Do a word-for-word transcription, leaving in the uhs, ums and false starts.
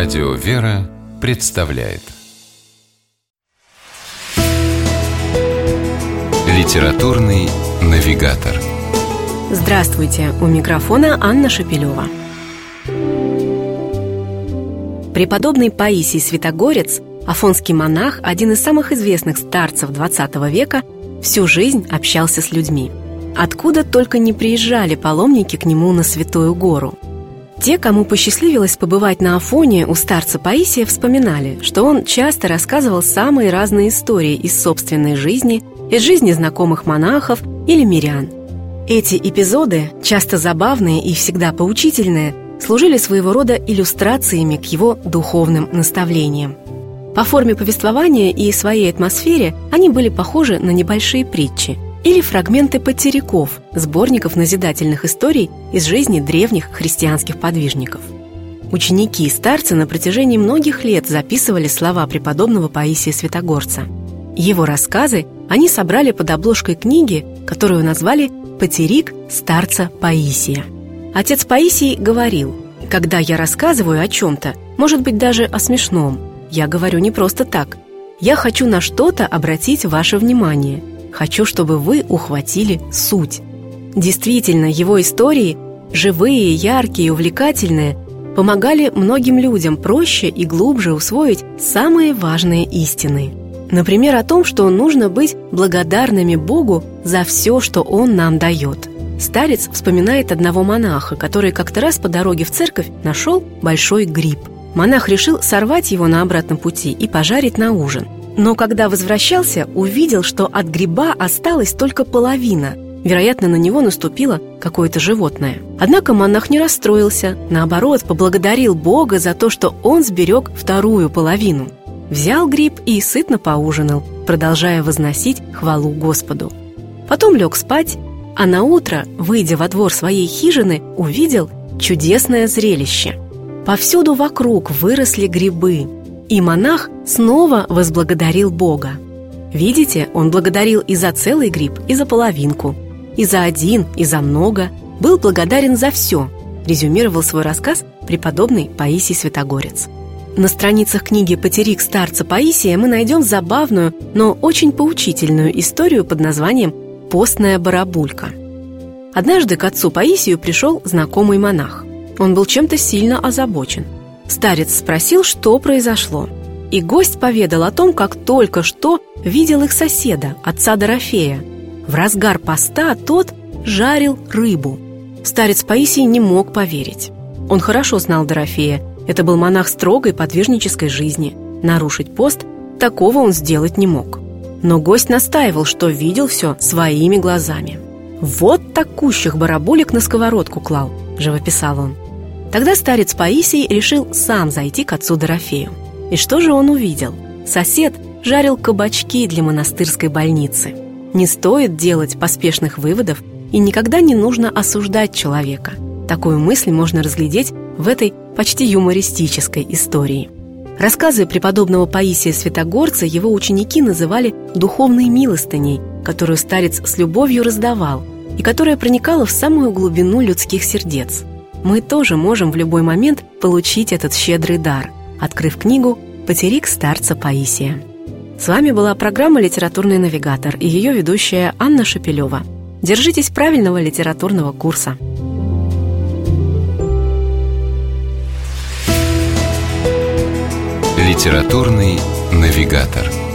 Радио «Вера» представляет Литературный навигатор. Здравствуйте! У микрофона Анна Шапилева. Преподобный Паисий Святогорец, афонский монах, один из самых известных старцев двадцатого века, всю жизнь общался с людьми. Откуда только не приезжали паломники к нему на Святую Гору. Те, кому посчастливилось побывать на Афоне у старца Паисия, вспоминали, что он часто рассказывал самые разные истории из собственной жизни, из жизни знакомых монахов или мирян. Эти эпизоды, часто забавные и всегда поучительные, служили своего рода иллюстрациями к его духовным наставлениям. По форме повествования и своей атмосфере они были похожи на небольшие притчи или фрагменты потеряков, сборников назидательных историй из жизни древних христианских подвижников. Ученики и старцы на протяжении многих лет записывали слова преподобного Паисия Святогорца. Его рассказы они собрали под обложкой книги, которую назвали «Потерик старца Паисия». Отец Паисий говорил: «Когда я рассказываю о чем-то, может быть, даже о смешном, я говорю не просто так. Я хочу на что-то обратить ваше внимание. Хочу, чтобы вы ухватили суть». Действительно, его истории, живые, яркие, увлекательные, помогали многим людям проще и глубже усвоить самые важные истины. Например, о том, что нужно быть благодарными Богу за все, что Он нам дает. Старец вспоминает одного монаха, который как-то раз по дороге в церковь нашел большой гриб. Монах решил сорвать его на обратном пути и пожарить на ужин. Но когда возвращался, увидел, что от гриба осталась только половина. Вероятно, на него наступило какое-то животное. Однако монах не расстроился, наоборот, поблагодарил Бога за то, что он сберег вторую половину. Взял гриб и сытно поужинал, продолжая возносить хвалу Господу. Потом лег спать, а наутро, выйдя во двор своей хижины, увидел чудесное зрелище. Повсюду вокруг выросли грибы, и монах снова возблагодарил Бога. Видите, он благодарил и за целый гриб, и за половинку, и за один, и за много, был благодарен за все, резюмировал свой рассказ преподобный Паисий Святогорец. На страницах книги «Потерик старца Паисия» мы найдем забавную, но очень поучительную историю под названием «Постная барабулька». Однажды к отцу Паисию пришел знакомый монах. Он был чем-то сильно озабочен. Старец спросил, что произошло, и гость поведал о том, как только что видел их соседа, отца Дорофея. В разгар поста тот жарил рыбу. Старец Паисий не мог поверить. Он хорошо знал Дорофея. Это был монах строгой подвижнической жизни. Нарушить пост такого он сделать не мог. Но гость настаивал, что видел все своими глазами. «Вот такущих барабулек на сковородку клал», – живописал он. Тогда старец Паисий решил сам зайти к отцу Дорофею. И что же он увидел? Сосед жарил кабачки для монастырской больницы. Не стоит делать поспешных выводов, и никогда не нужно осуждать человека. Такую мысль можно разглядеть в этой почти юмористической истории. Рассказы преподобного Паисия Святогорца его ученики называли «духовной милостыней», которую старец с любовью раздавал и которая проникала в самую глубину людских сердец. Мы тоже можем в любой момент получить этот щедрый дар, открыв книгу «Потерик старца Паисия». С вами была программа «Литературный навигатор» и ее ведущая Анна Шапилева. Держитесь правильного литературного курса. Литературный навигатор.